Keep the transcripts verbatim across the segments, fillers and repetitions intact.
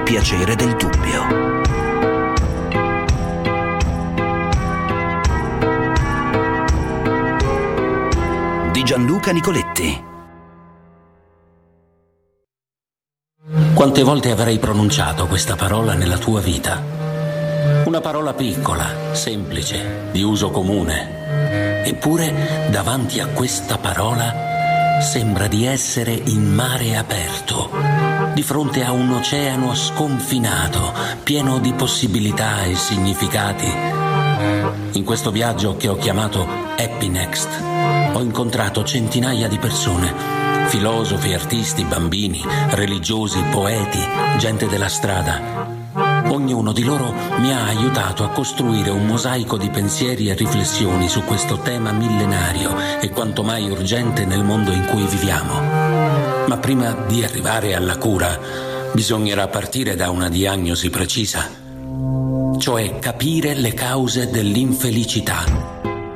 piacere del dubbio. Di Gianluca Nicoletti. Quante volte avrai pronunciato questa parola nella tua vita? Una parola piccola, semplice, di uso comune. Eppure, davanti a questa parola, sembra di essere in mare aperto, di fronte a un oceano sconfinato, pieno di possibilità e significati. In questo viaggio che ho chiamato Happy Next, ho incontrato centinaia di persone, filosofi, artisti, bambini, religiosi, poeti, gente della strada. Ognuno di loro mi ha aiutato a costruire un mosaico di pensieri e riflessioni su questo tema millenario e quanto mai urgente nel mondo in cui viviamo. Ma prima di arrivare alla cura, bisognerà partire da una diagnosi precisa, cioè capire le cause dell'infelicità.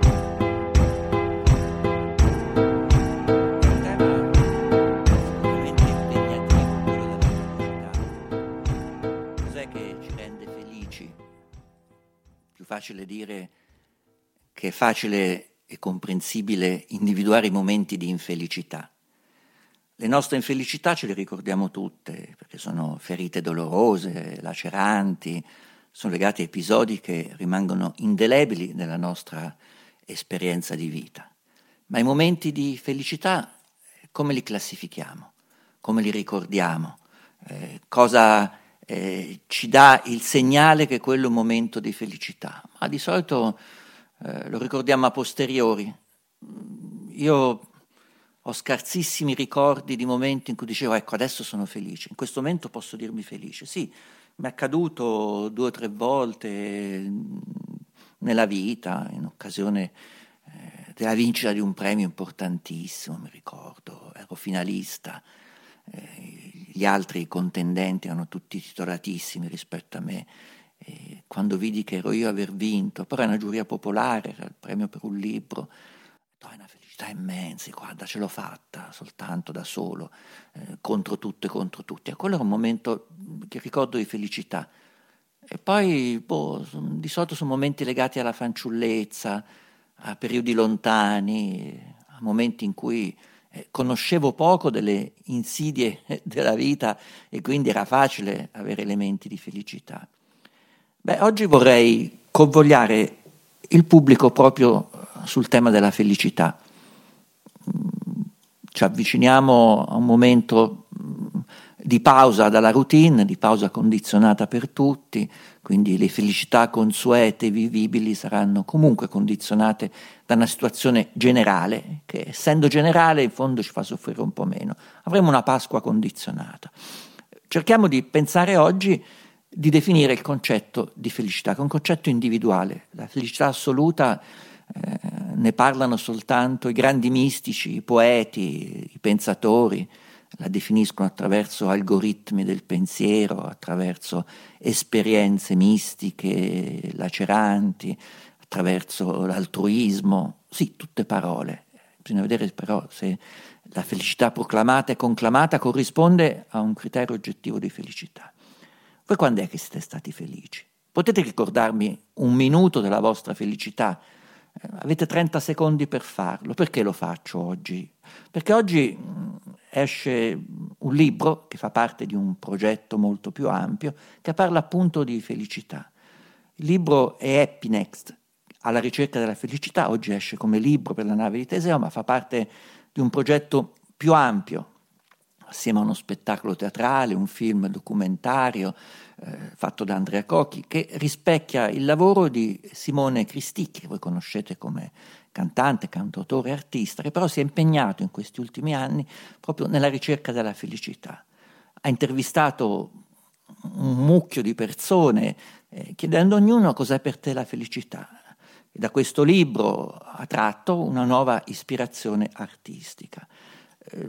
Facile dire che è facile e comprensibile individuare i momenti di infelicità. Le nostre infelicità ce le ricordiamo tutte, perché sono ferite dolorose, laceranti, sono legate a episodi che rimangono indelebili nella nostra esperienza di vita. Ma i momenti di felicità, come li classifichiamo? Come li ricordiamo? Eh, cosa Eh, ci dà il segnale che quello è un momento di felicità? Ma di solito eh, lo ricordiamo a posteriori. Io ho scarsissimi ricordi di momenti in cui dicevo ecco adesso sono felice, in questo momento posso dirmi felice. Sì, mi è accaduto due o tre volte nella vita, in occasione eh, della vincita di un premio importantissimo, mi ricordo, ero finalista. Eh, gli altri contendenti erano tutti titolatissimi rispetto a me. E quando vidi che ero io a aver vinto, però era una giuria popolare, era il premio per un libro, è una felicità immensa, guarda ce l'ho fatta soltanto da solo, eh, contro tutto e contro tutti. E quello era un momento che ricordo di felicità. E poi boh, di solito sono momenti legati alla fanciullezza, a periodi lontani, a momenti in cui conoscevo poco delle insidie della vita e quindi era facile avere elementi di felicità. Beh, oggi vorrei convogliare il pubblico proprio sul tema della felicità. Ci avviciniamo a un momento di pausa dalla routine, di pausa condizionata per tutti, quindi le felicità consuete e vivibili saranno comunque condizionate da una situazione generale, che essendo generale in fondo ci fa soffrire un po' meno. Avremo una Pasqua condizionata. Cerchiamo di pensare oggi di definire il concetto di felicità, che è un concetto individuale. La felicità assoluta eh, ne parlano soltanto i grandi mistici, i poeti, i pensatori, la definiscono attraverso algoritmi del pensiero, attraverso esperienze mistiche, laceranti, attraverso l'altruismo, sì, tutte parole. Bisogna vedere però se la felicità proclamata e conclamata corrisponde a un criterio oggettivo di felicità. Voi quando è che siete stati felici? Potete ricordarmi un minuto della vostra felicità? Eh, avete trenta secondi per farlo. Perché lo faccio oggi? Perché oggi esce un libro che fa parte di un progetto molto più ampio che parla appunto di felicità. Il libro è Happy Next, alla ricerca della felicità. Oggi esce come libro per la nave di Teseo, ma fa parte di un progetto più ampio, assieme a uno spettacolo teatrale, un film documentario eh, fatto da Andrea Cocchi, che rispecchia il lavoro di Simone Cristicchi, che voi conoscete come cantante, cantautore, artista, che però si è impegnato in questi ultimi anni proprio nella ricerca della felicità. Ha intervistato un mucchio di persone, eh, chiedendo a ognuno cos'è per te la felicità. E da questo libro ha tratto una nuova ispirazione artistica. Eh,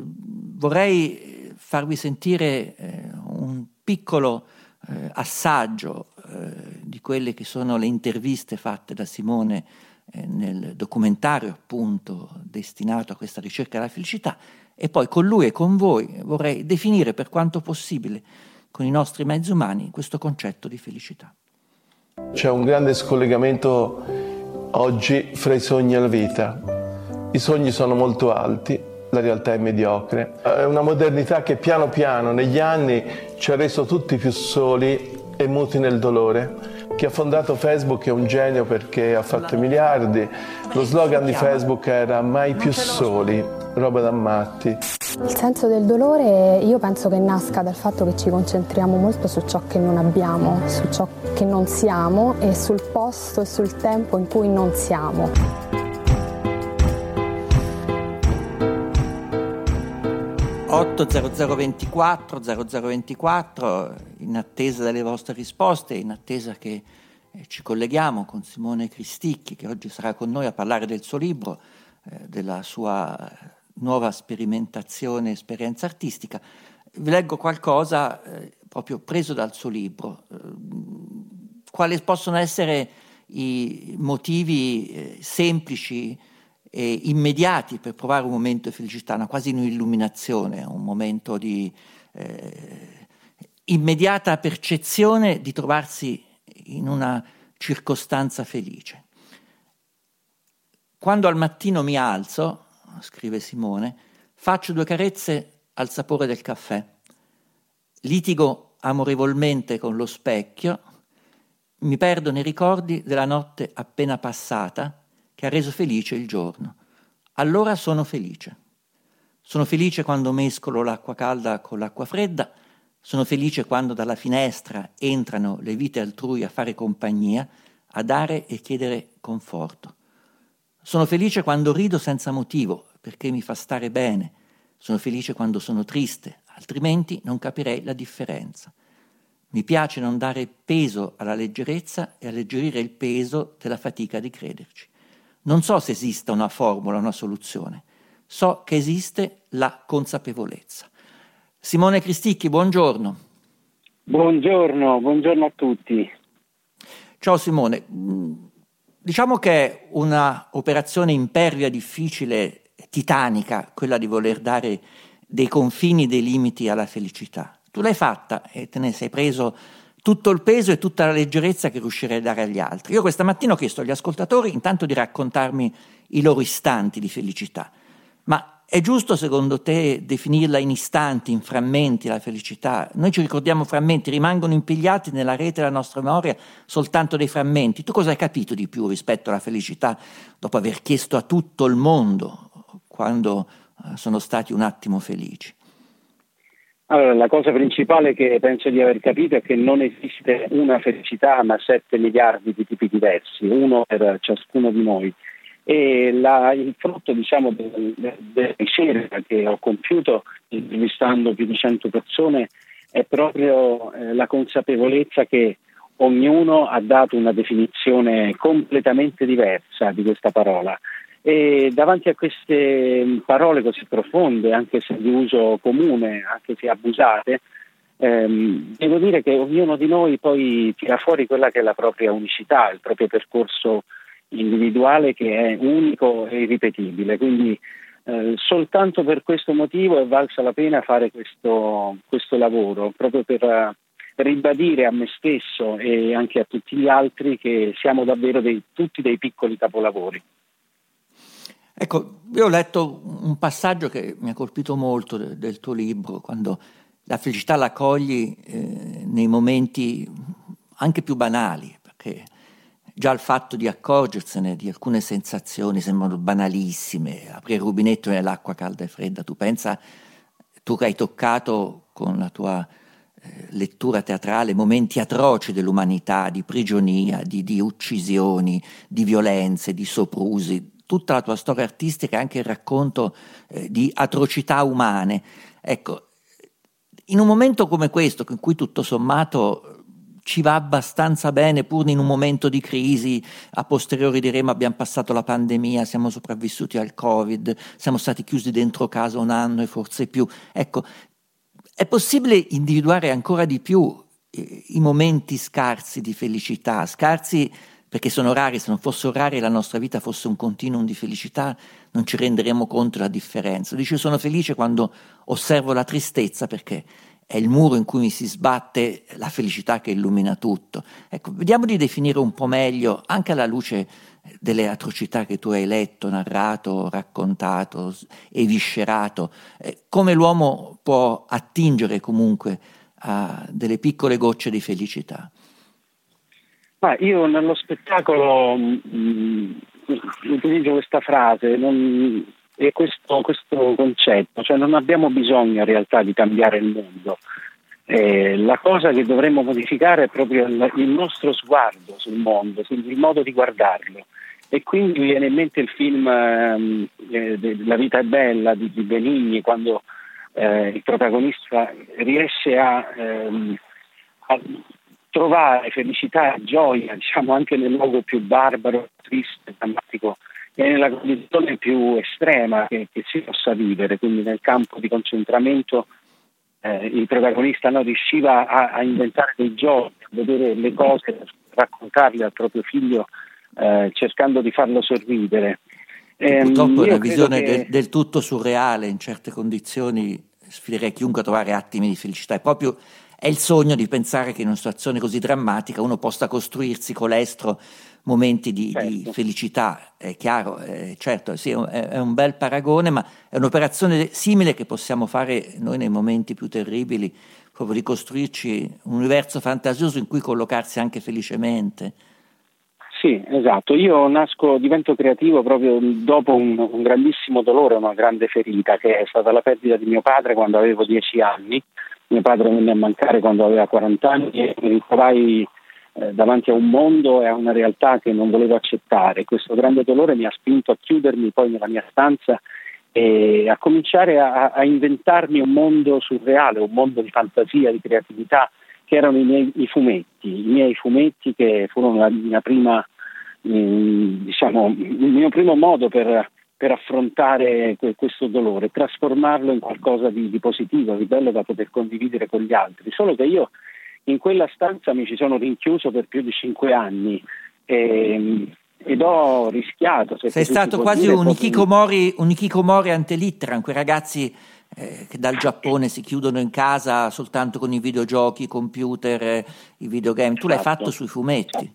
vorrei farvi sentire eh, un piccolo eh, assaggio eh, di quelle che sono le interviste fatte da Simone eh, nel documentario appunto destinato a questa ricerca della felicità, e poi con lui e con voi vorrei definire per quanto possibile con i nostri mezzi umani questo concetto di felicità. C'è un grande scollegamento oggi fra i sogni e la vita. I sogni sono molto alti, la realtà è mediocre. È una modernità che piano piano negli anni ci ha reso tutti più soli e muti nel dolore. Chi ha fondato Facebook è un genio perché ha fatto i miliardi. Lo slogan di Facebook era mai più soli, roba da matti. Il senso del dolore io penso che nasca dal fatto che ci concentriamo molto su ciò che non abbiamo, su ciò che non siamo e sul posto e sul tempo in cui non siamo. otto zero zero ventiquattro zero zero ventiquattro, in attesa delle vostre risposte, in attesa che eh, ci colleghiamo con Simone Cristicchi, che oggi sarà con noi a parlare del suo libro, eh, della sua nuova sperimentazione, esperienza artistica. Vi leggo qualcosa eh, proprio preso dal suo libro. Eh, quali possono essere i motivi eh, semplici e immediati per provare un momento di felicità, una quasi un'illuminazione, un momento di eh, immediata percezione di trovarsi in una circostanza felice. Quando al mattino mi alzo, scrive Simone, faccio due carezze al sapore del caffè, litigo amorevolmente con lo specchio, mi perdo nei ricordi della notte appena passata che ha reso felice il giorno. Allora sono felice. Sono felice quando mescolo l'acqua calda con l'acqua fredda, sono felice quando dalla finestra entrano le vite altrui a fare compagnia, a dare e chiedere conforto. Sono felice quando rido senza motivo, perché mi fa stare bene. Sono felice quando sono triste, altrimenti non capirei la differenza. Mi piace non dare peso alla leggerezza e alleggerire il peso della fatica di crederci. Non so se esista una formula, una soluzione. So che esiste la consapevolezza. Simone Cristicchi, buongiorno. Buongiorno, buongiorno a tutti. Ciao Simone. Diciamo che è una operazione impervia, difficile, titanica, quella di voler dare dei confini, dei limiti alla felicità. Tu l'hai fatta e te ne sei preso tutto il peso e tutta la leggerezza che riuscirei a dare agli altri. Io questa mattina ho chiesto agli ascoltatori intanto di raccontarmi i loro istanti di felicità. Ma è giusto secondo te definirla in istanti, in frammenti la felicità? Noi ci ricordiamo frammenti, rimangono impigliati nella rete della nostra memoria soltanto dei frammenti. Tu cosa hai capito di più rispetto alla felicità dopo aver chiesto a tutto il mondo quando sono stati un attimo felici? Allora, la cosa principale che penso di aver capito è che non esiste una felicità ma sette miliardi di tipi diversi, uno per ciascuno di noi. E la, il frutto diciamo della de, ricerca che ho compiuto intervistando più di cento persone è proprio eh, la consapevolezza che ognuno ha dato una definizione completamente diversa di questa parola. E davanti a queste parole così profonde, anche se di uso comune, anche se abusate, ehm, devo dire che ognuno di noi poi tira fuori quella che è la propria unicità, il proprio percorso individuale che è unico e irripetibile. Quindi eh, soltanto per questo motivo è valsa la pena fare questo, questo lavoro, proprio per uh, ribadire a me stesso e anche a tutti gli altri che siamo davvero dei, tutti dei piccoli capolavori. Ecco, io ho letto un passaggio che mi ha colpito molto de- del tuo libro, quando la felicità la cogli eh, nei momenti anche più banali, perché già il fatto di accorgersene di alcune sensazioni sembrano banalissime, aprire il rubinetto nell'acqua calda e fredda. Tu pensa, tu che hai toccato con la tua eh, lettura teatrale momenti atroci dell'umanità, di prigionia, di, di uccisioni, di violenze, di soprusi, tutta la tua storia artistica e anche il racconto eh, di atrocità umane. Ecco, in un momento come questo, in cui tutto sommato ci va abbastanza bene, pur in un momento di crisi, a posteriori diremo abbiamo passato la pandemia, siamo sopravvissuti al Covid, siamo stati chiusi dentro casa un anno e forse più. Ecco, è possibile individuare ancora di più eh, i momenti scarsi di felicità, scarsi perché sono rari. Se non fossero rari, la nostra vita fosse un continuum di felicità, non ci renderemo conto della differenza. Dice, sono felice quando osservo la tristezza perché è il muro in cui mi si sbatte la felicità che illumina tutto. Ecco, vediamo di definire un po' meglio, anche alla luce delle atrocità che tu hai letto, narrato, raccontato, eviscerato, eh, come l'uomo può attingere comunque a delle piccole gocce di felicità. Ma io nello spettacolo mh, utilizzo questa frase non, e questo, questo concetto, cioè non abbiamo bisogno in realtà di cambiare il mondo. Eh, la cosa che dovremmo modificare è proprio il, il nostro sguardo sul mondo, il modo di guardarlo. E quindi mi viene in mente il film ehm, eh, La vita è bella di, di Benigni, quando eh, il protagonista riesce a, ehm, a trovare felicità e gioia, diciamo, anche nel luogo più barbaro, triste, drammatico e nella condizione più estrema che, che si possa vivere, quindi nel campo di concentramento. Eh, il protagonista non riusciva a, a inventare dei giochi, a vedere le cose, raccontarle al proprio figlio, eh, cercando di farlo sorridere. Eh, Purtroppo è una visione che... del, del tutto surreale. In certe condizioni sfiderei chiunque a trovare attimi di felicità. È proprio è il sogno di pensare che in una situazione così drammatica uno possa costruirsi colestro momenti di, certo. di felicità. È chiaro, eh, certo, sì, è, è un bel paragone, ma è un'operazione simile che possiamo fare noi nei momenti più terribili, proprio di costruirci un universo fantasioso in cui collocarsi anche felicemente. Sì, esatto. Io nasco, divento creativo proprio dopo un, un grandissimo dolore, una grande ferita, che è stata la perdita di mio padre quando avevo dieci anni. Mio padre venne a mancare quando aveva quaranta anni e mi ritrovai eh, davanti a un mondo e a una realtà che non volevo accettare. Questo grande dolore mi ha spinto a chiudermi poi nella mia stanza e a cominciare a, a inventarmi un mondo surreale, un mondo di fantasia, di creatività, che erano i miei i fumetti, i miei fumetti che furono la mia prima, mh, diciamo, il mio primo modo per, per affrontare que- questo dolore, trasformarlo in qualcosa di, di positivo, di bello da poter condividere con gli altri. Solo che io in quella stanza mi ci sono rinchiuso per più di cinque anni e, ed ho rischiato. Sei stato quasi un hikikomori, un hikikomori ante litteram, quei ragazzi eh, che dal Giappone si chiudono in casa soltanto con i videogiochi, i computer, eh, i videogame. Tu esatto. L'hai fatto sui fumetti.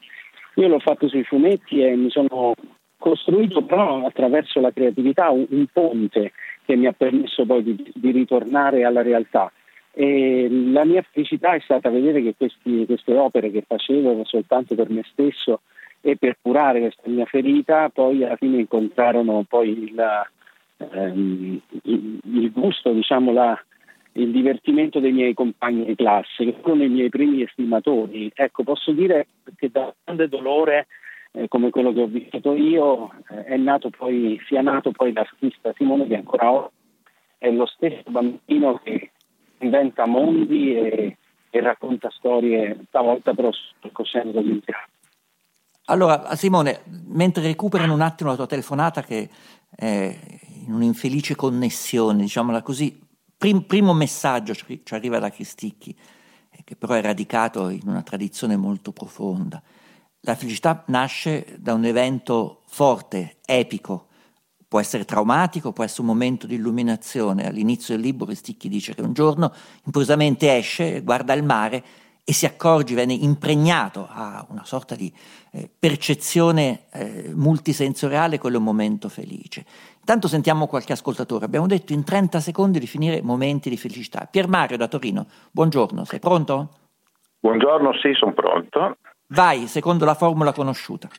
Io l'ho fatto sui fumetti e mi sono costruito però attraverso la creatività un, un ponte che mi ha permesso poi di, di ritornare alla realtà. E la mia felicità è stata vedere che questi, queste opere che facevo soltanto per me stesso e per curare questa mia ferita poi alla fine incontrarono poi il, ehm, il, il gusto, diciamo la, il divertimento dei miei compagni di classe, che furono i miei primi estimatori. Ecco, posso dire che da grande dolore eh, come quello che ho vissuto io eh, è nato poi, sia nato poi l'artista Simone, che ancora oggi è lo stesso bambino che inventa mondi e, e racconta storie, stavolta però sul coscienza di un teatro. Allora, Simone, mentre recuperano un attimo la tua telefonata che è in un'infelice connessione, diciamola così, prim, primo messaggio ci, ci arriva da Cristicchi, eh, che però è radicato in una tradizione molto profonda. La felicità nasce da un evento forte, epico, può essere traumatico, può essere un momento di illuminazione. All'inizio del libro Cristicchi dice che un giorno improvvisamente esce, guarda il mare e si accorge, viene impregnato a una sorta di eh, percezione eh, multisensoriale, quello è un momento felice. Intanto sentiamo qualche ascoltatore. Abbiamo detto in trenta secondi di finire momenti di felicità. Pier Mario da Torino, buongiorno, sei pronto? Buongiorno, sì, sono pronto. Vai, secondo la formula conosciuta.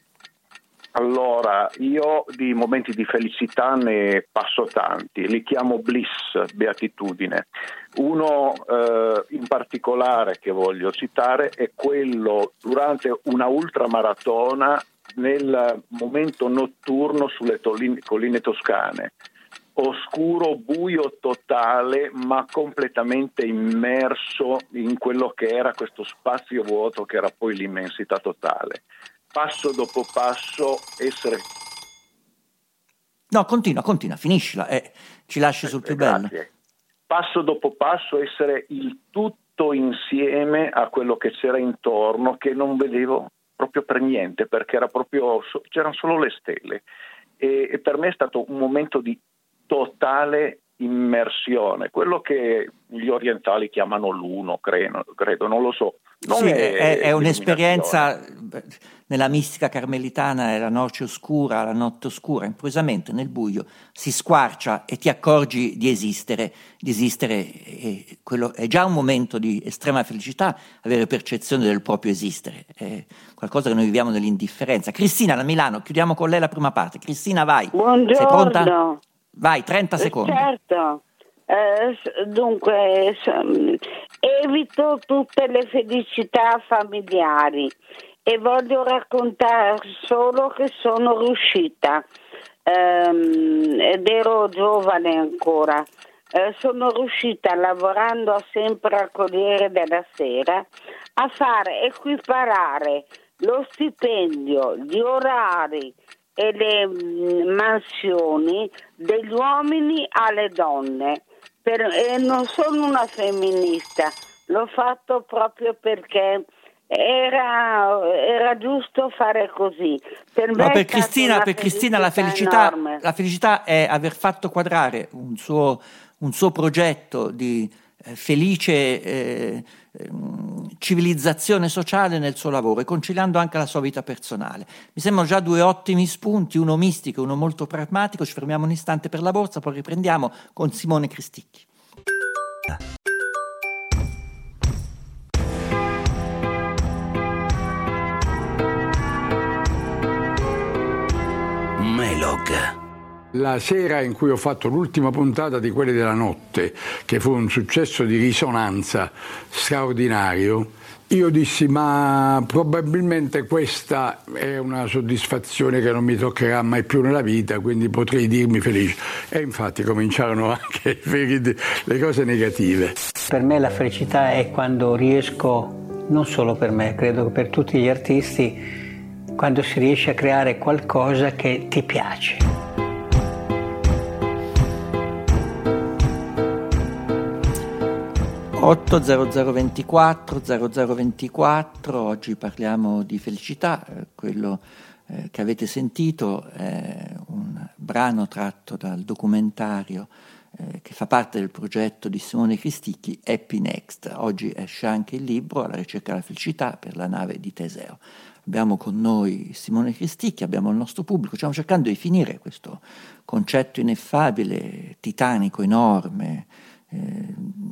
Allora, io di momenti di felicità ne passo tanti, li chiamo bliss, beatitudine. Uno eh, in particolare che voglio citare è quello durante una ultramaratona nel momento notturno sulle tolline, colline toscane. Oscuro, buio totale, ma completamente immerso in quello che era questo spazio vuoto che era poi l'immensità totale. Passo dopo passo essere... No, continua, continua, finiscila, eh, ci lasci sul più bello. Grazie. Passo dopo passo essere il tutto insieme a quello che c'era intorno, che non vedevo proprio per niente, perché era proprio c'erano solo le stelle. E, e per me è stato un momento di totale immersione, quello che gli orientali chiamano l'uno, credo, credo non lo so. Non sì, è, è, è un'esperienza, nella mistica carmelitana è la noce oscura, la notte oscura, improvvisamente nel buio si squarcia e ti accorgi di esistere, di esistere è, quello, è già un momento di estrema felicità, avere percezione del proprio esistere, è qualcosa che noi viviamo nell'indifferenza. Cristina da Milano, chiudiamo con lei la prima parte. Cristina, vai. Buongiorno. Sei pronta? Vai, trenta secondi. Certo. Eh, dunque, evito tutte le felicità familiari e voglio raccontare solo che sono riuscita, ehm, ed ero giovane ancora, eh, sono riuscita, lavorando sempre al Corriere della Sera, a fare equiparare lo stipendio, gli orari e le mh, mansioni degli uomini alle donne. Per, e non sono una femminista, l'ho fatto proprio perché era, era giusto fare così. Per, me no, per è Cristina, per Cristina la felicità, la felicità è aver fatto quadrare un suo, un suo progetto di eh, felice eh, civilizzazione sociale nel suo lavoro e conciliando anche la sua vita personale. Mi sembrano già due ottimi spunti, uno mistico e uno molto pragmatico. Ci fermiamo un istante per la borsa, poi riprendiamo con Simone Cristicchi. Melog. La sera in cui ho fatto l'ultima puntata di Quelli della Notte, che fu un successo di risonanza straordinario, io dissi ma probabilmente questa è una soddisfazione che non mi toccherà mai più nella vita, quindi potrei dirmi felice. E infatti cominciarono anche le cose negative. Per me la felicità è quando riesco, non solo per me, credo che per tutti gli artisti, quando si riesce a creare qualcosa che ti piace. otto zero zero ventiquattro zero zero ventiquattro, oggi parliamo di felicità. Quello eh, che avete sentito è un brano tratto dal documentario eh, che fa parte del progetto di Simone Cristicchi, Happy Next. Oggi esce anche il libro Alla ricerca della felicità per la nave di Teseo. Abbiamo con noi Simone Cristicchi, abbiamo il nostro pubblico, stiamo cercando di finire questo concetto ineffabile, titanico, enorme, eh,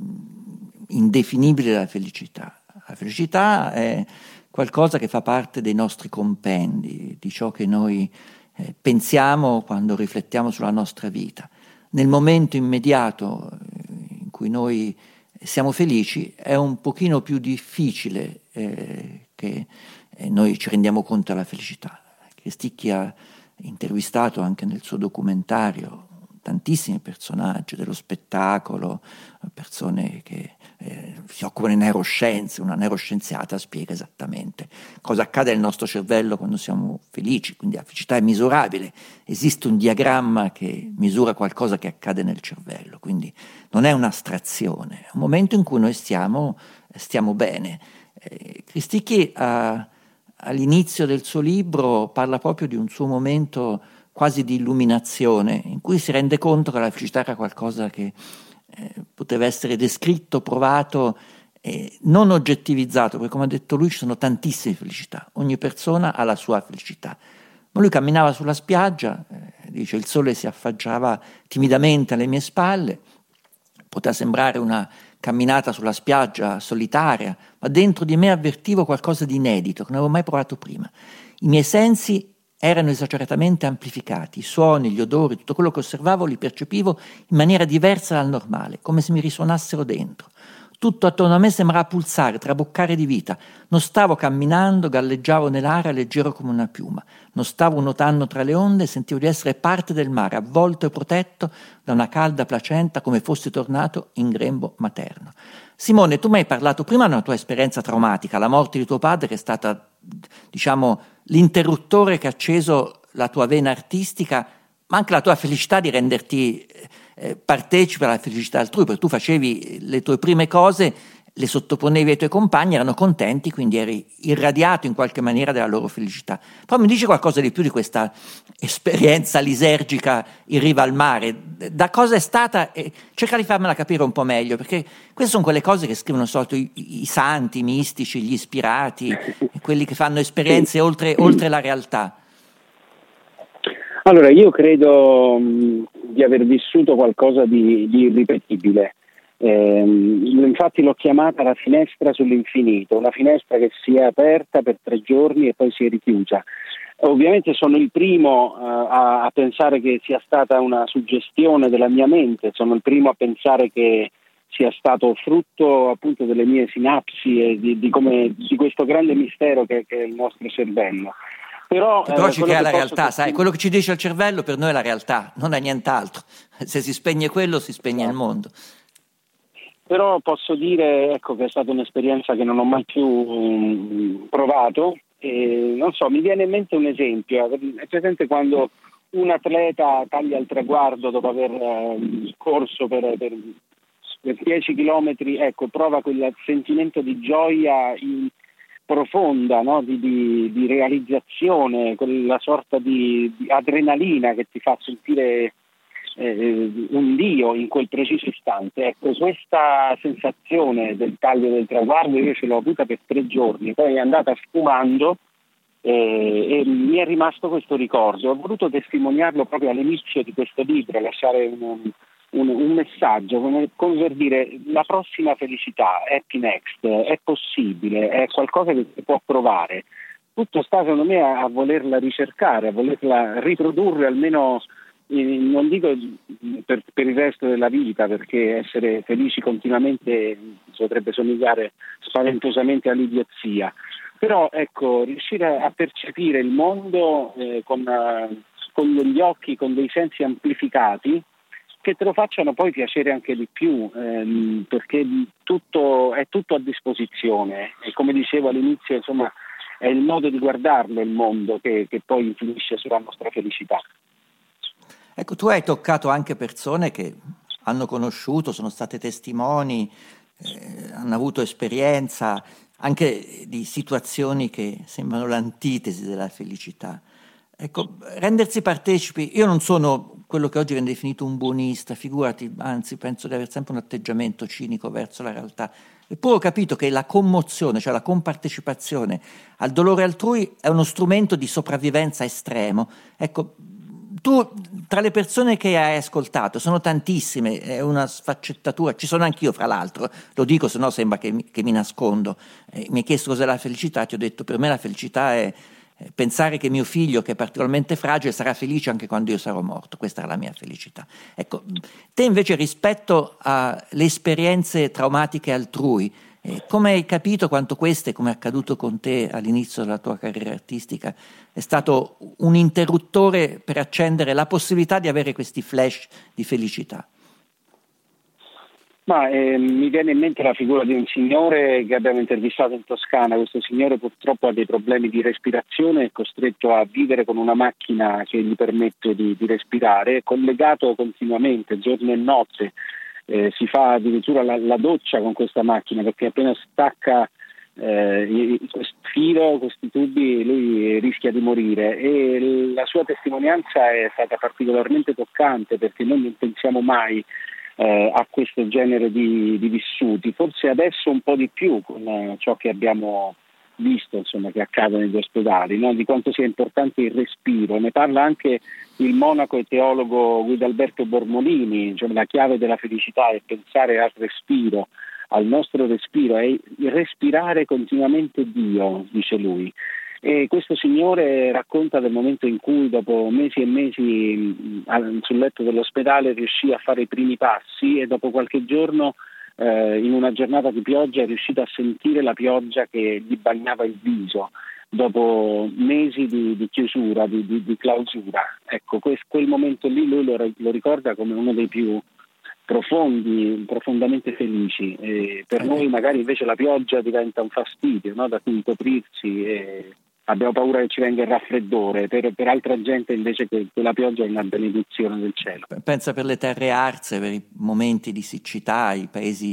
indefinibile della felicità. La felicità è qualcosa che fa parte dei nostri compendi, di ciò che noi eh, pensiamo quando riflettiamo sulla nostra vita. Nel momento immediato in cui noi siamo felici è un pochino più difficile eh, che eh, noi ci rendiamo conto della felicità. Cristicchi ha intervistato anche nel suo documentario tantissimi personaggi dello spettacolo, persone che eh, si occupano di neuroscienze. Una neuroscienziata spiega esattamente cosa accade nel nostro cervello quando siamo felici, quindi la felicità è misurabile, esiste un diagramma che misura qualcosa che accade nel cervello, quindi non è un'astrazione, è un momento in cui noi stiamo, stiamo bene. Eh, Cristicchi ha, all'inizio del suo libro parla proprio di un suo momento quasi di illuminazione, in cui si rende conto che la felicità era qualcosa che eh, poteva essere descritto, provato, eh, non oggettivizzato, perché come ha detto lui ci sono tantissime felicità, ogni persona ha la sua felicità. Ma lui camminava sulla spiaggia, eh, dice il sole si affacciava timidamente alle mie spalle, poteva sembrare una camminata sulla spiaggia solitaria, ma dentro di me avvertivo qualcosa di inedito che non avevo mai provato prima. I miei sensi erano esageratamente amplificati, i suoni, gli odori, tutto quello che osservavo li percepivo in maniera diversa dal normale, come se mi risuonassero dentro. Tutto attorno a me sembrava pulsare, traboccare di vita. Non stavo camminando, galleggiavo nell'aria leggero come una piuma. Non stavo nuotando tra le onde, sentivo di essere parte del mare, avvolto e protetto da una calda placenta come fossi tornato in grembo materno. Simone, tu mi hai parlato prima della tua esperienza traumatica, la morte di tuo padre che è stata, diciamo, l'interruttore che ha acceso la tua vena artistica, ma anche la tua felicità di renderti eh, partecipe alla felicità altrui, perché tu facevi le tue prime cose le sottoponevi ai tuoi compagni, erano contenti, quindi eri irradiato in qualche maniera della loro felicità. Però mi dici qualcosa di più di questa esperienza lisergica in riva al mare, da cosa è stata, e cerca di farmela capire un po' meglio, perché queste sono quelle cose che scrivono solito i, i santi, i mistici, gli ispirati, quelli che fanno esperienze oltre, oltre la realtà. Allora, io credo mh, di aver vissuto qualcosa di, di irripetibile. Eh, infatti l'ho chiamata la finestra sull'infinito, una finestra che si è aperta per tre giorni e poi si è richiusa. Ovviamente sono il primo uh, a, a pensare che sia stata una suggestione della mia mente, sono il primo a pensare che sia stato frutto appunto delle mie sinapsi e di, di, come, di questo grande mistero che, che è il nostro cervello. Però, Però eh, ci crea la realtà, posso... sai, quello che ci dice il cervello per noi è la realtà, non è nient'altro. Se si spegne quello, si spegne il mondo. Però posso dire, ecco, che è stata un'esperienza che non ho mai più um, provato. E, non so, mi viene in mente un esempio. È presente quando un atleta taglia il traguardo dopo aver uh, corso per, per, per dieci chilometri, ecco, prova quel sentimento di gioia in, profonda, no? di, di, di realizzazione, quella sorta di, di adrenalina che ti fa sentire Eh, un dio in quel preciso istante. Ecco, questa sensazione del taglio del traguardo io ce l'ho avuta per tre giorni, poi è andata sfumando eh, e mi è rimasto questo ricordo. Ho voluto testimoniarlo proprio all'inizio di questo libro, lasciare un, un, un messaggio come, come per dire: la prossima felicità, happy next, è possibile, è qualcosa che si può provare. Tutto sta secondo me a, a volerla ricercare, a volerla riprodurre almeno, non dico per, per il resto della vita, perché essere felici continuamente potrebbe somigliare spaventosamente all'idiozia, però ecco, riuscire a percepire il mondo eh, con, uh, con degli occhi, con dei sensi amplificati che te lo facciano poi piacere anche di più, ehm, perché tutto, è tutto a disposizione e, come dicevo all'inizio, insomma, è il modo di guardarlo il mondo che, che poi influisce sulla nostra felicità. Ecco, tu hai toccato anche persone che hanno conosciuto, sono state testimoni, eh, hanno avuto esperienza anche di situazioni che sembrano l'antitesi della felicità. Ecco, rendersi partecipi, io non sono quello che oggi viene definito un buonista, figurati, anzi penso di avere sempre un atteggiamento cinico verso la realtà, eppure ho capito che la commozione, cioè la compartecipazione al dolore altrui è uno strumento di sopravvivenza estremo. Ecco, tu, tra le persone che hai ascoltato, sono tantissime, è una sfaccettatura, ci sono anch'io fra l'altro, lo dico, se no sembra che mi, che mi nascondo. Eh, mi hai chiesto cos'è la felicità, ti ho detto: per me la felicità è eh, pensare che mio figlio, che è particolarmente fragile, sarà felice anche quando io sarò morto. Questa è la mia felicità. Ecco, te invece, rispetto alle esperienze traumatiche altrui, eh, come hai capito quanto queste, come è accaduto con te all'inizio della tua carriera artistica, è stato un interruttore per accendere la possibilità di avere questi flash di felicità? Ma eh, mi viene in mente la figura di un signore che abbiamo intervistato in Toscana. Questo signore purtroppo ha dei problemi di respirazione, è costretto a vivere con una macchina che gli permette di, di respirare, è collegato continuamente, giorno e notte. Eh, si fa addirittura la, la doccia con questa macchina, perché appena stacca eh, questo filo, questi tubi, lui rischia di morire. E la sua testimonianza è stata particolarmente toccante, perché noi non pensiamo mai eh, a questo genere di, di vissuti, forse adesso un po' di più con eh, ciò che abbiamo visto, insomma, che accade negli ospedali, no? Di quanto sia importante il respiro. Ne parla anche il monaco e teologo Guidalberto Bormolini, cioè la chiave della felicità è pensare al respiro, al nostro respiro, è respirare continuamente Dio, dice lui. E questo signore racconta del momento in cui, dopo mesi e mesi sul letto dell'ospedale, riuscì a fare i primi passi e dopo qualche giorno, eh, in una giornata di pioggia, è riuscito a sentire la pioggia che gli bagnava il viso. Dopo mesi di, di chiusura, di, di, di clausura, ecco, quel, quel momento lì lui lo, lo ricorda come uno dei più profondi, profondamente felici. E per noi magari invece la pioggia diventa un fastidio, no? Da cui coprirsi, e abbiamo paura che ci venga il raffreddore. Per, per altra gente invece che, che la pioggia è una benedizione del cielo. Pensa per le terre arse, per i momenti di siccità, i paesi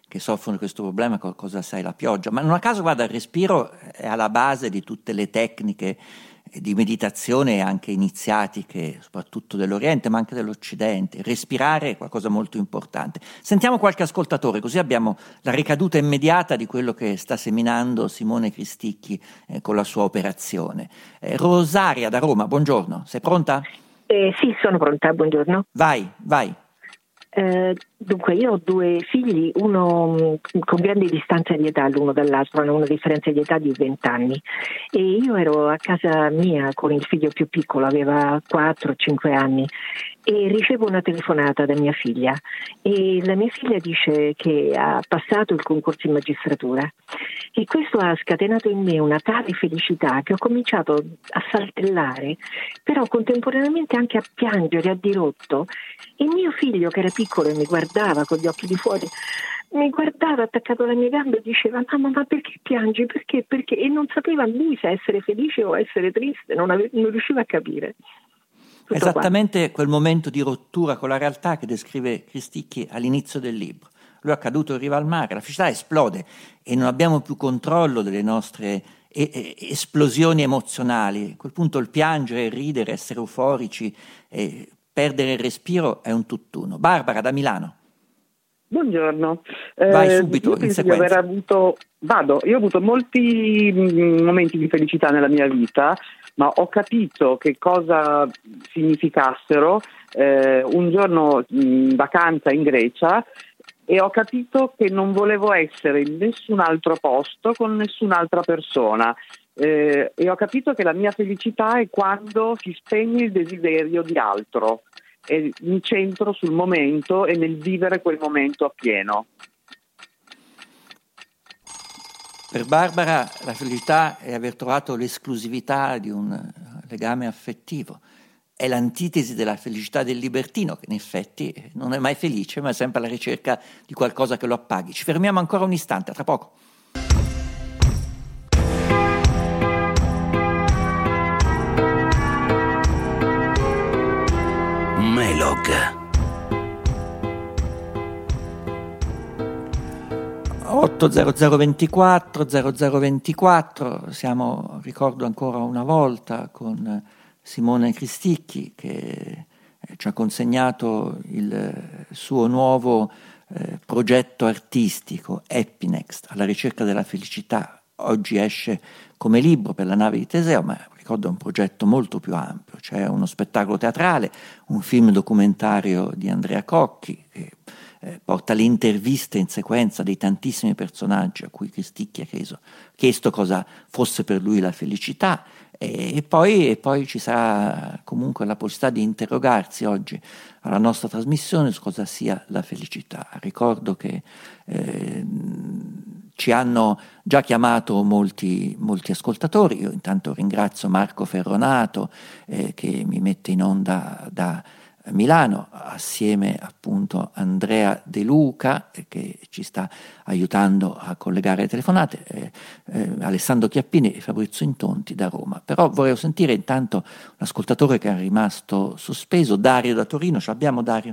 che soffrono di questo problema cosa sai la pioggia, ma non a caso, guarda, il respiro è alla base di tutte le tecniche di meditazione anche iniziatiche, soprattutto dell'Oriente ma anche dell'Occidente. Respirare è qualcosa molto importante. Sentiamo qualche ascoltatore, così abbiamo la ricaduta immediata di quello che sta seminando Simone Cristicchi eh, con la sua operazione. eh, Rosaria da Roma, buongiorno, sei pronta? Eh, sì, sono pronta, buongiorno. Vai, vai. Eh, dunque, io ho due figli, uno mh, con grande distanza di età l'uno dall'altro, hanno una differenza di età di vent'anni, e io ero a casa mia con il figlio più piccolo, aveva quattro cinque anni, e ricevo una telefonata da mia figlia, e la mia figlia dice che ha passato il concorso in magistratura, e questo ha scatenato in me una tale felicità che ho cominciato a saltellare, però contemporaneamente anche a piangere a dirotto. E mio figlio, che era piccolo e mi guardava con gli occhi di fuori, mi guardava attaccato alla mia gamba e diceva: mamma, ma perché piangi? Perché? Perché? E non sapeva lui se essere felice o essere triste, non, ave- non riusciva a capire. Tutto Esattamente qua. Quel momento di rottura con la realtà che descrive Cristicchi all'inizio del libro. Lui è caduto in riva al mare, la felicità esplode e non abbiamo più controllo delle nostre e- e- esplosioni emozionali. A quel punto il piangere, il ridere, essere euforici, e perdere il respiro è un tutt'uno. Barbara da Milano. Buongiorno. Vai eh, subito, io in penso di sequenza. aver avuto, vado, io ho avuto molti mm, momenti di felicità nella mia vita, ma ho capito che cosa significassero eh, un giorno in vacanza in Grecia, e ho capito che non volevo essere in nessun altro posto con nessun'altra persona. Eh, e ho capito che la mia felicità è quando si spegne il desiderio di altro e mi centro sul momento e nel vivere quel momento appieno. Per Barbara la felicità è aver trovato l'esclusività di un legame affettivo. È l'antitesi della felicità del libertino, che in effetti non è mai felice, ma è sempre alla ricerca di qualcosa che lo appaghi. Ci fermiamo ancora un istante, tra poco. Melog. otto zero zero ventiquattro zero zero ventiquattro, siamo, ricordo ancora una volta, con Simone Cristicchi che ci ha consegnato il suo nuovo eh, progetto artistico Happynext, alla ricerca della felicità. Oggi esce come libro per la nave di Teseo, ma ricordo è un progetto molto più ampio. C'è uno spettacolo teatrale, un film documentario di Andrea Cocchi che eh, porta le interviste in sequenza dei tantissimi personaggi a cui Cristicchi ha chiesto, chiesto cosa fosse per lui la felicità, e, e, poi, e poi ci sarà comunque la possibilità di interrogarsi oggi alla nostra trasmissione su cosa sia la felicità. Ricordo che eh, ci hanno già chiamato molti, molti ascoltatori. Io intanto ringrazio Marco Ferronato eh, che mi mette in onda da Milano, assieme appunto a Andrea De Luca eh, che ci sta aiutando a collegare le telefonate, eh, eh, Alessandro Chiappini e Fabrizio Intonti da Roma. Però vorrei sentire intanto un ascoltatore che è rimasto sospeso, Dario da Torino. Ce l'abbiamo, Dario?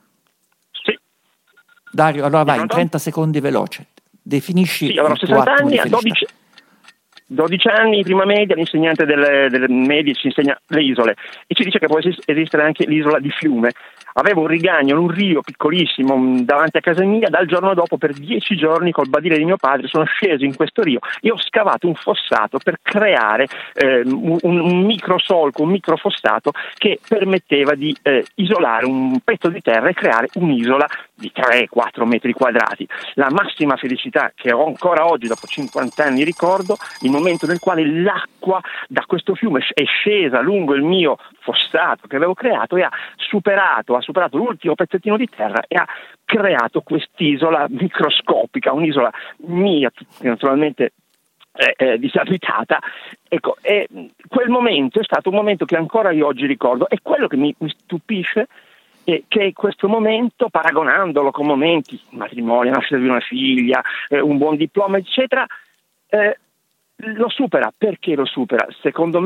Sì. Dario, allora vai, in trenta secondi veloce. Definisci sì, allora, il tuo sessanta attimo anni, di a felicità. dodici, dodici anni, prima media, l'insegnante delle, delle medie ci insegna le isole e ci dice che può esistere anche l'isola di Fiume. Avevo un rigagnolo, un rio piccolissimo davanti a casa mia. Dal giorno dopo, per dieci giorni, col badile di mio padre, sono sceso in questo rio e ho scavato un fossato per creare eh, un, un microsolco, un microfossato che permetteva di eh, isolare un pezzo di terra e creare un'isola di tre quattro metri quadrati. La massima felicità che ho ancora oggi, dopo cinquanta anni, ricordo il momento nel quale l'acqua da questo fiume è scesa lungo il mio fossato che avevo creato e ha superato, ha superato l'ultimo pezzettino di terra e ha creato quest'isola microscopica, un'isola mia, naturalmente eh, eh, disabitata. Ecco, e quel momento è stato un momento che ancora io oggi ricordo, e quello che mi, mi stupisce è che questo momento, paragonandolo con momenti, matrimonio, nascita di una figlia, eh, un buon diploma, eccetera, eh, lo supera. Perché lo supera? Secondo me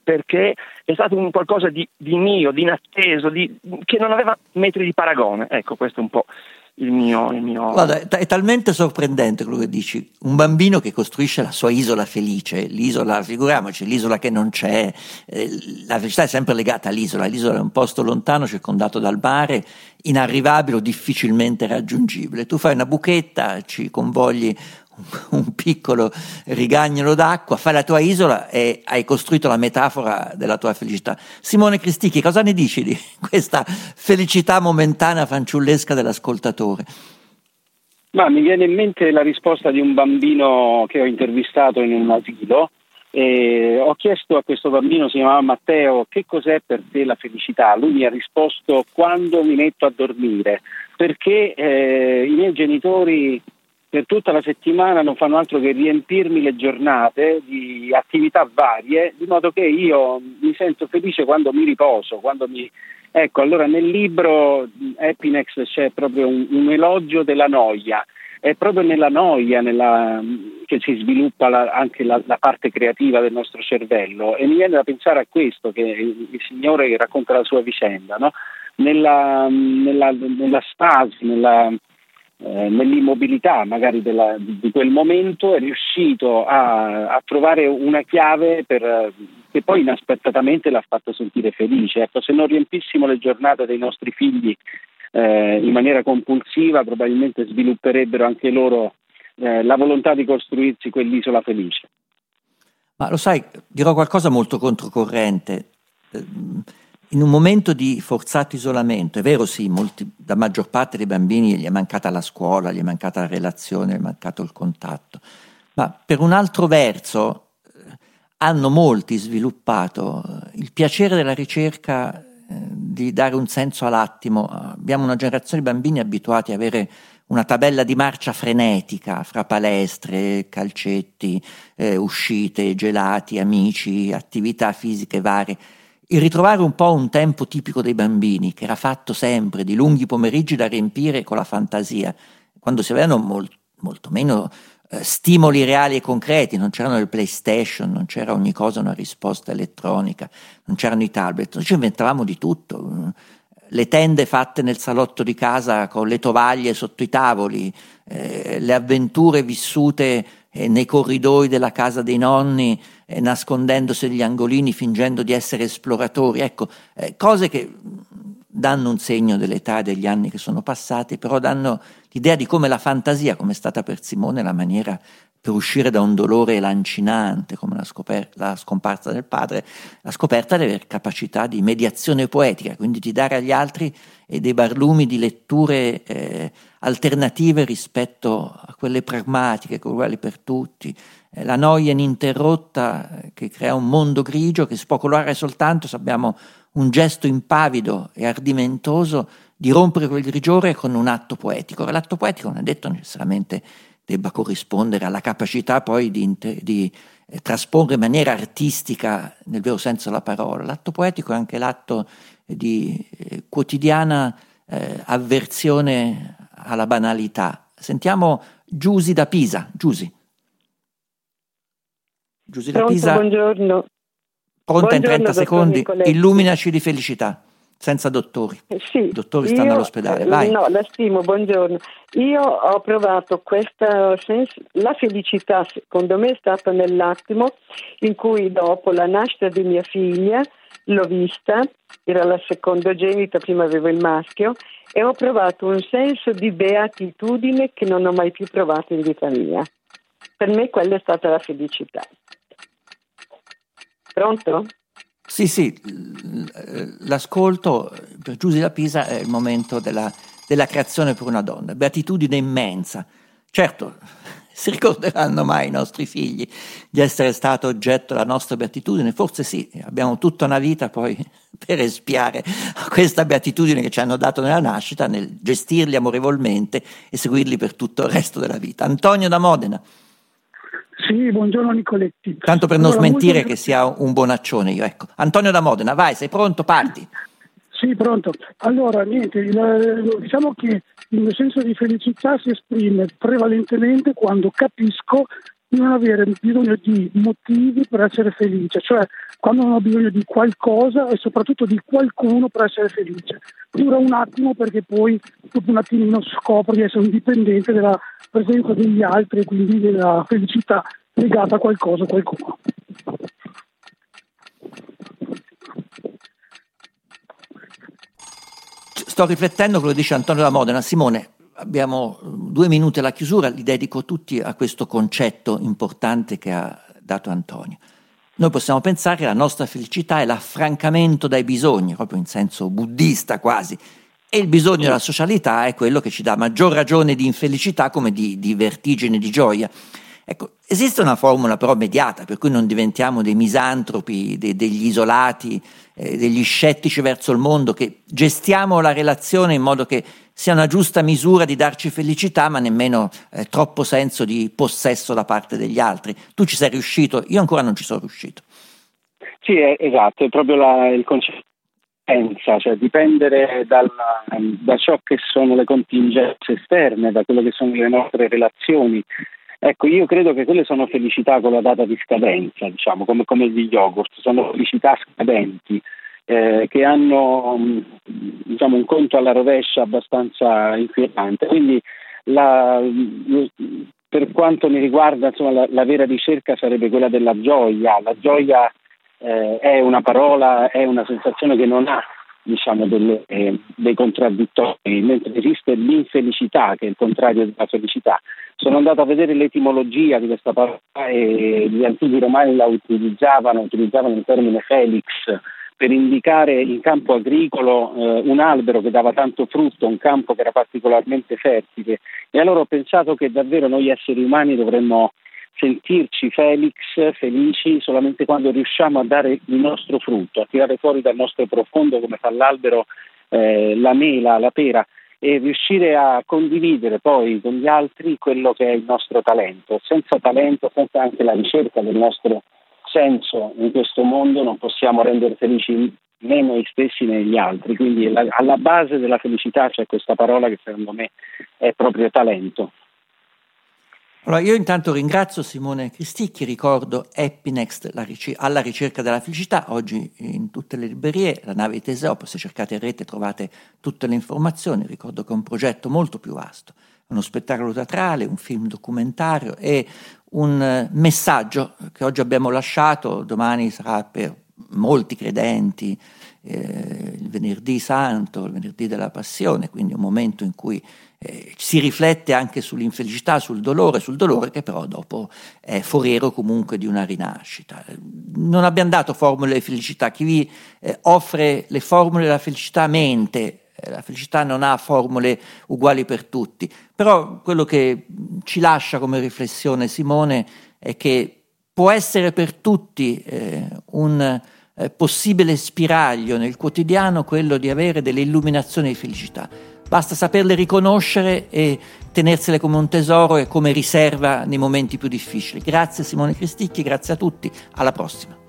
perché è stato un qualcosa di, di mio, di inatteso, di, che non aveva metri di paragone. Ecco, questo è un po' il mio... Il mio... Guarda, è, è talmente sorprendente quello che dici. Un bambino che costruisce la sua isola felice, l'isola, figuriamoci, l'isola che non c'è, eh, la felicità è sempre legata all'isola. L'isola è un posto lontano, circondato dal mare, inarrivabile o difficilmente raggiungibile. Tu fai una buchetta, ci convogli un piccolo rigagnolo d'acqua, fai la tua isola e hai costruito la metafora della tua felicità. Simone Cristicchi, cosa ne dici di questa felicità momentanea fanciullesca dell'ascoltatore? Ma mi viene in mente la risposta di un bambino che ho intervistato in un asilo e ho chiesto a questo bambino, si chiamava Matteo, che cos'è per te la felicità? Lui mi ha risposto: quando mi metto a dormire, perché eh, i miei genitori per tutta la settimana non fanno altro che riempirmi le giornate di attività varie, di modo che io mi sento felice quando mi riposo, quando mi... Ecco, allora nel libro Happiness c'è proprio un, un elogio della noia. È proprio nella noia nella, che si sviluppa la, anche la, la parte creativa del nostro cervello, e mi viene da pensare a questo, che il, il Signore racconta la sua vicenda, no? Nella, nella, nella stasi, nella... Eh, nell'immobilità magari della, di, di quel momento è riuscito a, a trovare una chiave per, che poi inaspettatamente l'ha fatto sentire felice. Ecco, se non riempissimo le giornate dei nostri figli eh, in maniera compulsiva, probabilmente svilupperebbero anche loro eh, la volontà di costruirsi quell'isola felice. Ma lo sai, dirò qualcosa molto controcorrente. In un momento di forzato isolamento, è vero sì, molti, la maggior parte dei bambini gli è mancata la scuola, gli è mancata la relazione, gli è mancato il contatto, ma per un altro verso eh, hanno molti sviluppato il piacere della ricerca, eh, di dare un senso all'attimo. Abbiamo una generazione di bambini abituati a avere una tabella di marcia frenetica fra palestre, calcetti, eh, uscite, gelati, amici, attività fisiche varie. Il ritrovare un po' un tempo tipico dei bambini, che era fatto sempre di lunghi pomeriggi da riempire con la fantasia, quando si avevano mol- molto meno eh, stimoli reali e concreti, non c'erano le PlayStation, non c'era ogni cosa una risposta elettronica, non c'erano i tablet, noi ci inventavamo di tutto, le tende fatte nel salotto di casa con le tovaglie sotto i tavoli, eh, le avventure vissute eh, nei corridoi della casa dei nonni, eh, nascondendosi negli angolini, fingendo di essere esploratori. Ecco, eh, cose che danno un segno dell'età e degli anni che sono passati, però danno l'idea di come la fantasia, come è stata per Simone la maniera per uscire da un dolore lancinante come la, scoper- la scomparsa del padre, la scoperta di aver capacità di mediazione poetica, quindi di dare agli altri eh, dei barlumi di letture eh, alternative rispetto a quelle pragmatiche, uguali per tutti. Eh, la noia ininterrotta eh, che crea un mondo grigio che si può colorare soltanto se abbiamo un gesto impavido e ardimentoso di rompere quel grigiore con un atto poetico. L'atto poetico non è detto necessariamente debba corrispondere alla capacità poi di, inter- di eh, trasporre in maniera artistica nel vero senso della parola. L'atto poetico è anche l'atto di eh, quotidiana eh, avversione alla banalità. Sentiamo Giusy da Pisa. Giusy. Giusy da Pronto, Pisa. Buongiorno. Pronta Buongiorno, in trenta secondi. Nicoletti. Illuminaci di felicità. Senza dottori. Sì, I dottori stanno io, all'ospedale. Vai. No, la stimo, buongiorno. Io ho provato questa senso, la felicità secondo me è stata nell'attimo in cui dopo la nascita di mia figlia l'ho vista, era la secondogenita, prima avevo il maschio, e ho provato un senso di beatitudine che non ho mai più provato in vita mia. Per me quella è stata la felicità. Pronto? Sì, sì, l'ascolto per Giusy da Pisa è il momento della, della creazione per una donna, beatitudine immensa. Certo, si ricorderanno mai i nostri figli di essere stato oggetto della nostra beatitudine? Forse sì, abbiamo tutta una vita poi per espiare questa beatitudine che ci hanno dato nella nascita, nel gestirli amorevolmente e seguirli per tutto il resto della vita. Antonio da Modena. Sì, buongiorno Nicoletti. Tanto per non allora, smentire molto... che sia un bonaccione io, ecco. Antonio da Modena, vai, sei pronto? Parti. Sì, pronto. Allora, niente, il, diciamo che il mio senso di felicità si esprime prevalentemente quando capisco di non avere bisogno di motivi per essere felice, cioè quando non ho bisogno di qualcosa e soprattutto di qualcuno per essere felice. Dura un attimo perché poi dopo un attimino scopro di essere un dipendente della presenza degli altri e quindi della felicità legata a qualcosa o qualcuno. Sto riflettendo quello che dice Antonio da Modena. Simone, abbiamo due minuti alla chiusura, li dedico tutti a questo concetto importante che ha dato Antonio. Noi possiamo pensare che la nostra felicità è l'affrancamento dai bisogni, proprio in senso buddista quasi, e il bisogno della socialità è quello che ci dà maggior ragione di infelicità come di, di vertigine, di gioia. Ecco, esiste una formula però mediata, per cui non diventiamo dei misantropi, de, degli isolati, eh, degli scettici verso il mondo, che gestiamo la relazione in modo che sia una giusta misura di darci felicità, ma nemmeno eh, troppo senso di possesso da parte degli altri. Tu ci sei riuscito, io ancora non ci sono riuscito. Sì, è, esatto, è proprio la, il concetto di pensa, cioè dipendere dal, da ciò che sono le contingenze esterne, da quello che sono le nostre relazioni. Ecco, io credo che quelle sono felicità con la data di scadenza, diciamo, come, come gli yogurt, sono felicità scadenti, eh, che hanno diciamo, un conto alla rovescia abbastanza inquietante. Quindi la, per quanto mi riguarda, insomma, la, la vera ricerca sarebbe quella della gioia. La gioia eh, è una parola, è una sensazione che non ha, diciamo, delle, eh, dei contraddittori, mentre esiste l'infelicità, che è il contrario della felicità. Sono andato a vedere l'etimologia di questa parola e gli antichi romani la utilizzavano, utilizzavano il termine felix per indicare in campo agricolo eh, un albero che dava tanto frutto, un campo che era particolarmente fertile. E allora ho pensato che davvero noi esseri umani dovremmo sentirci felix, felici, solamente quando riusciamo a dare il nostro frutto, a tirare fuori dal nostro profondo, come fa l'albero, eh, la mela, la pera, e riuscire a condividere poi con gli altri quello che è il nostro talento. Senza talento, senza anche la ricerca del nostro senso in questo mondo, non possiamo rendere felici né noi stessi né gli altri. Quindi la, alla base della felicità c'è questa parola che secondo me è proprio talento. Allora, io intanto ringrazio Simone Cristicchi, ricordo Happy Next, la ric- alla ricerca della felicità, oggi in tutte le librerie, La nave di Teseo, se cercate in rete trovate tutte le informazioni. Ricordo che è un progetto molto più vasto, uno spettacolo teatrale, un film documentario e un messaggio che oggi abbiamo lasciato, domani sarà per molti credenti eh, il venerdì santo, il venerdì della passione, quindi un momento in cui eh, si riflette anche sull'infelicità, sul dolore, sul dolore che però dopo è foriero comunque di una rinascita. Non abbiamo dato formule di felicità, chi vi eh, offre le formule della felicità mente. La felicità non ha formule uguali per tutti, però quello che ci lascia come riflessione Simone è che può essere per tutti eh, un eh, possibile spiraglio nel quotidiano quello di avere delle illuminazioni di felicità. Basta saperle riconoscere e tenersele come un tesoro e come riserva nei momenti più difficili. Grazie Simone Cristicchi, grazie a tutti, alla prossima.